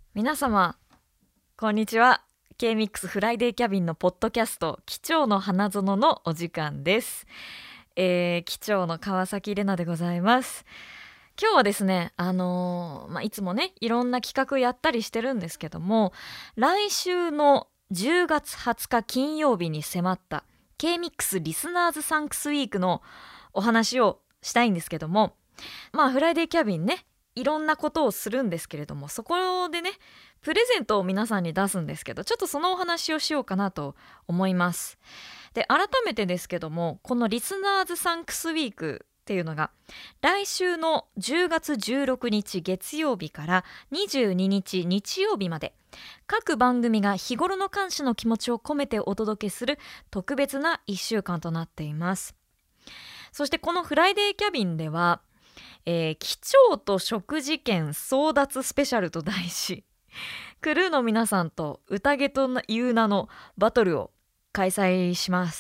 皆様こんにちは。 K-MIX フライデーキャビンのポッドキャスト機長の花園のお時間です。機長の川崎れなでございます。今日はですねいつもねいろんな企画やったりしてるんですけども、来週の10月20日金曜日に迫った K-MIX リスナーズサンクスウィークのお話をしたいんですけども、フライデーキャビンねいろんなことをするんですけれども、そこでねプレゼントを皆さんに出すんですけど、ちょっとそのお話をしようかなと思います。で、改めてですけども、このリスナーズサンクスウィークっていうのが来週の10月16日月曜日から22日日曜日まで、各番組が日頃の感謝の気持ちを込めてお届けする特別な1週間となっています。そしてこのフライデーキャビンでは機長と食事券争奪スペシャルと題し、クルーの皆さんと宴という名のバトルを開催します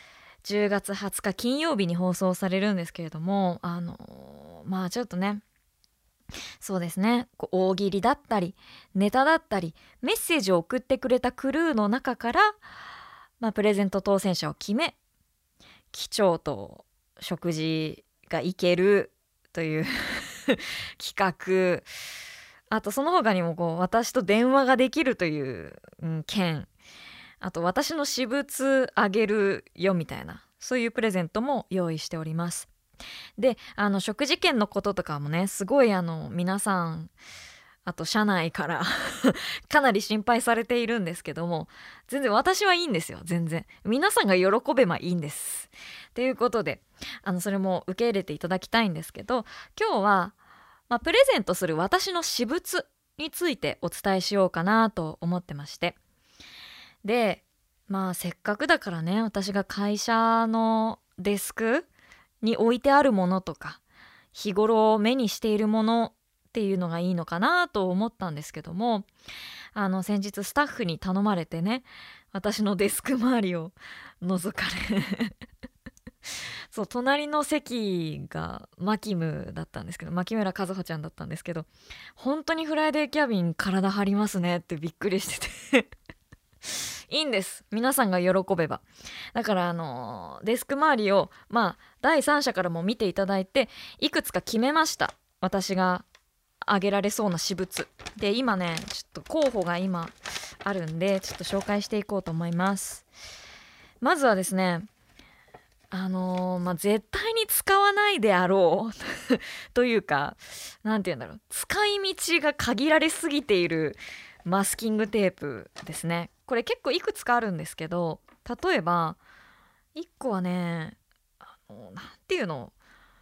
。10月20日金曜日に放送されるんですけれども、ちょっとね、そうですね、大喜利だったりネタだったりメッセージを送ってくれたクルーの中から、プレゼント当選者を決め、機長と食事が行けるという企画、あとその他にも私と電話ができるという、件、あと私の私物あげるよみたいな、そういうプレゼントも用意しております。で、食事券のこととかもね、すごい皆さん、あと社内からかなり心配されているんですけども、全然私はいいんですよ。全然皆さんが喜べばいいんです。ということでそれも受け入れていただきたいんですけど、今日は、プレゼントする私の私物についてお伝えしようかなと思ってまして、でせっかくだからね、私が会社のデスクに置いてあるものとか日頃目にしているものっていうのがいいのかなと思ったんですけども、先日スタッフに頼まれてね、私のデスク周りを覗かれそう、隣の席がマキムだったんですけど、牧村和穂ちゃんだったんですけど、本当にフライデーキャビン体張りますねってびっくりしてていいんです、皆さんが喜べば。だからデスク周りを第三者からも見ていただいて、いくつか決めました。私があげられそうな私物で、今ねちょっと候補が今あるんで、ちょっと紹介していこうと思います。まずはですね、絶対に使わないであろうというか、なんて言うんだろう、使い道が限られすぎているマスキングテープですね。これ結構いくつかあるんですけど、例えば1個はね、なんていうの、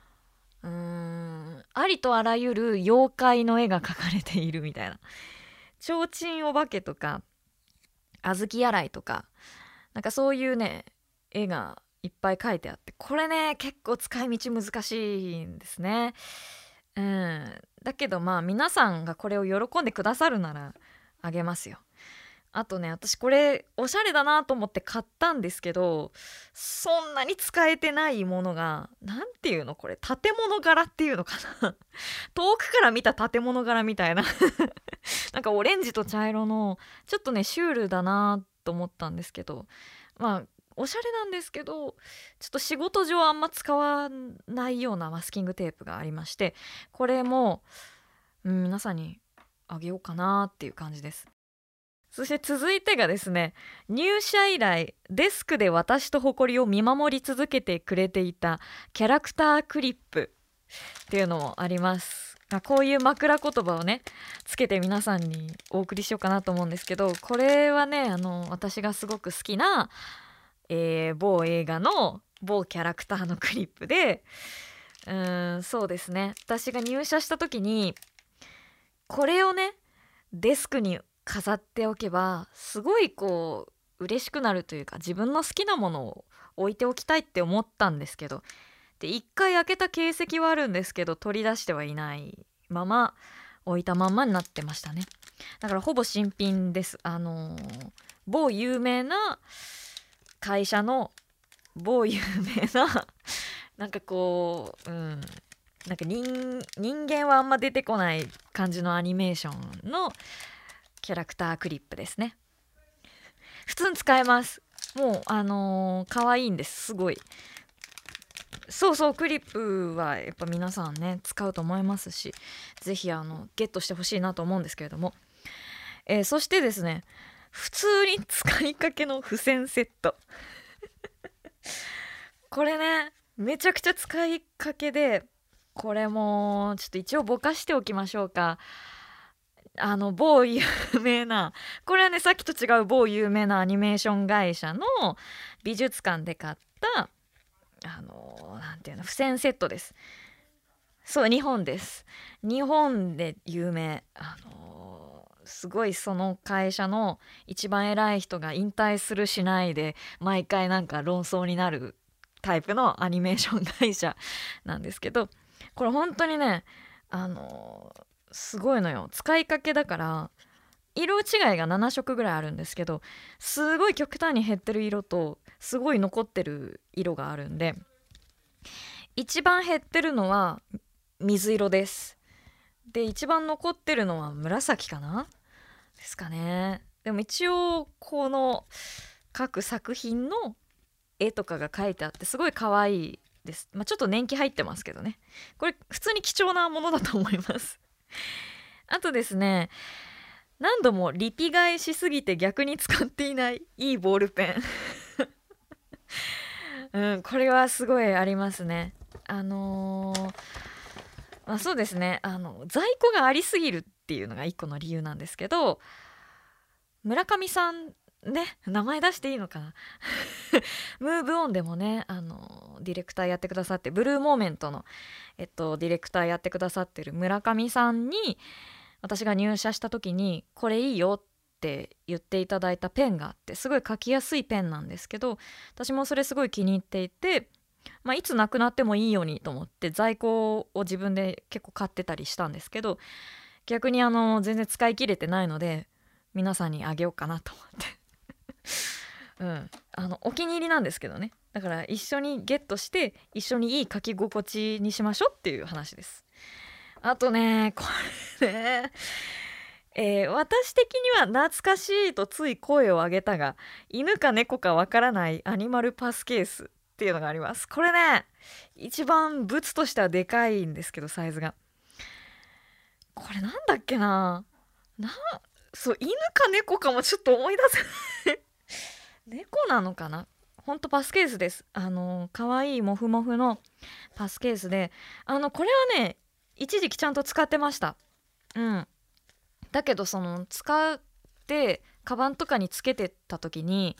ありとあらゆる妖怪の絵が描かれているみたいな、提灯お化けとか小豆洗いとか、なんかそういうね絵がいっぱい書いてあって、これね結構使い道難しいんですね。だけど皆さんがこれを喜んでくださるならあげますよ。あとね、私これおしゃれだなと思って買ったんですけど、そんなに使えてないものが、なんていうの、これ建物柄っていうのかな遠くから見た建物柄みたいななんかオレンジと茶色のちょっとねシュールだなと思ったんですけど、おしゃれなんですけど、ちょっと仕事上あんま使わないようなマスキングテープがありまして、これも、皆さんにあげようかなっていう感じです。そして続いてがですね、入社以来デスクで私と誇りを見守り続けてくれていたキャラクタークリップっていうのもあります。こういう枕言葉をねつけて皆さんにお送りしようかなと思うんですけど、これはね私がすごく好きな、某映画の某キャラクターのクリップで、そうですね、私が入社した時にこれをねデスクに飾っておけばすごい嬉しくなるというか、自分の好きなものを置いておきたいって思ったんですけど、で一回開けた形跡はあるんですけど取り出してはいないまま置いたまんまになってましたね。だからほぼ新品です。某有名な会社の某有名ななんかなんか人間はあんま出てこない感じのアニメーションのキャラクタークリップですね。普通に使えます。もう可愛いんです。すごい。そうクリップはやっぱ皆さんね使うと思いますし、ぜひゲットしてほしいなと思うんですけれども、そしてですね、普通に使いかけの付箋セットこれねめちゃくちゃ使いかけで、これもちょっと一応ぼかしておきましょうか。某有名な、これはねさっきと違う某有名なアニメーション会社の美術館で買ったなんていうの、付箋セットです。そう、日本です。日本で有名、すごいその会社の一番偉い人が引退するしないで毎回なんか論争になるタイプのアニメーション会社なんですけど、これ本当にねすごいのよ。使いかけだから色違いが7色ぐらいあるんですけど、すごい極端に減ってる色とすごい残ってる色があるんで、一番減ってるのは水色です。で一番残ってるのは紫かなですかね。でも一応この各作品の絵とかが描いてあってすごい可愛いです。ちょっと年季入ってますけどね、これ普通に貴重なものだと思いますあとですね、何度もリピ買いしすぎて逆に使っていないいいボールペンこれはすごいありますね。そうですね、在庫がありすぎるっていうのが一個の理由なんですけど、村上さんね、名前出していいのかなムーブオンでもねディレクターやってくださって、ブルーモーメントの、ディレクターやってくださってる村上さんに私が入社した時にこれいいよって言っていただいたペンがあって、すごい書きやすいペンなんですけど、私もそれすごい気に入っていて、いつなくなってもいいようにと思って在庫を自分で結構買ってたりしたんですけど、逆に全然使い切れてないので皆さんにあげようかなと思ってお気に入りなんですけどね。だから一緒にゲットして一緒にいい書き心地にしましょうっていう話です。あとねこれね私的には懐かしいとつい声を上げたが、犬か猫かわからないアニマルパスケースっていうのがあります。これね一番物としてはでかいんですけど、サイズがこれなんだっけな、そう犬か猫かもちょっと思い出せない猫なのかな。ほんとパスケースです。かわいいモフモフのパスケースで、これはね一時期ちゃんと使ってました。だけどその使ってカバンとかにつけてた時に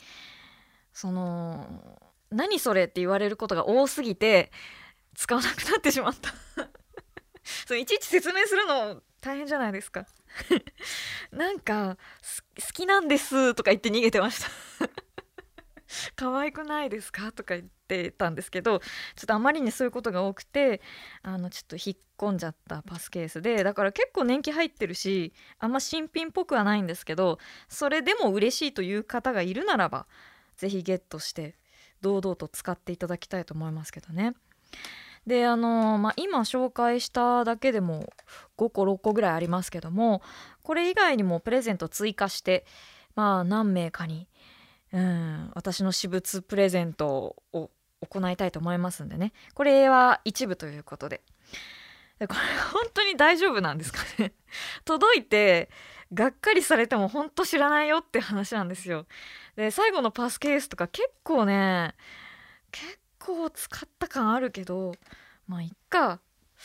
何それって言われることが多すぎて使わなくなってしまったいちいち説明するの大変じゃないですかなんか好きなんですとか言って逃げてました可愛くないですかとか言ってたんですけど、ちょっとあまりにそういうことが多くてちょっと引っ込んじゃったパスケースで、だから結構年季入ってるしあんま新品っぽくはないんですけど、それでも嬉しいという方がいるならばぜひゲットして堂々と使っていただきたいと思いますけどね。で今紹介しただけでも5個6個ぐらいありますけども、これ以外にもプレゼント追加して何名かに私の私物プレゼントを行いたいと思いますんでね、これは一部ということで、これ本当に大丈夫なんですかね届いてがっかりされても本当知らないよって話なんですよ。で最後のパスケースとか結構使った感あるけどいっか、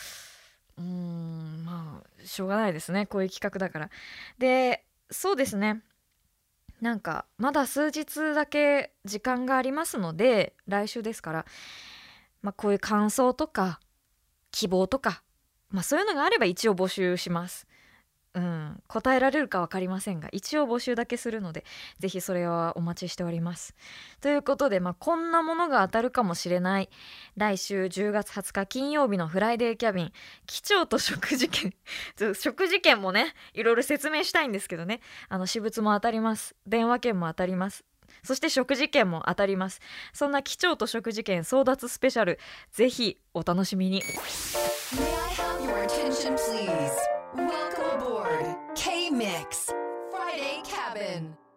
しょうがないですね、こういう企画だから。でそうですね、なんかまだ数日だけ時間がありますので、来週ですから、こういう感想とか希望とか、そういうのがあれば一応募集します。答えられるか分かりませんが一応募集だけするので、ぜひそれはお待ちしております。ということで、こんなものが当たるかもしれない来週10月20日金曜日のフライデーキャビン、機長と食事券食事券もねいろいろ説明したいんですけどね、私物も当たります、電話券も当たります、そして食事券も当たります。そんな機長と食事券争奪スペシャル、ぜひお楽しみに。 May I have your attention, please? Welcome aboard K-Mix Friday Friday Cabin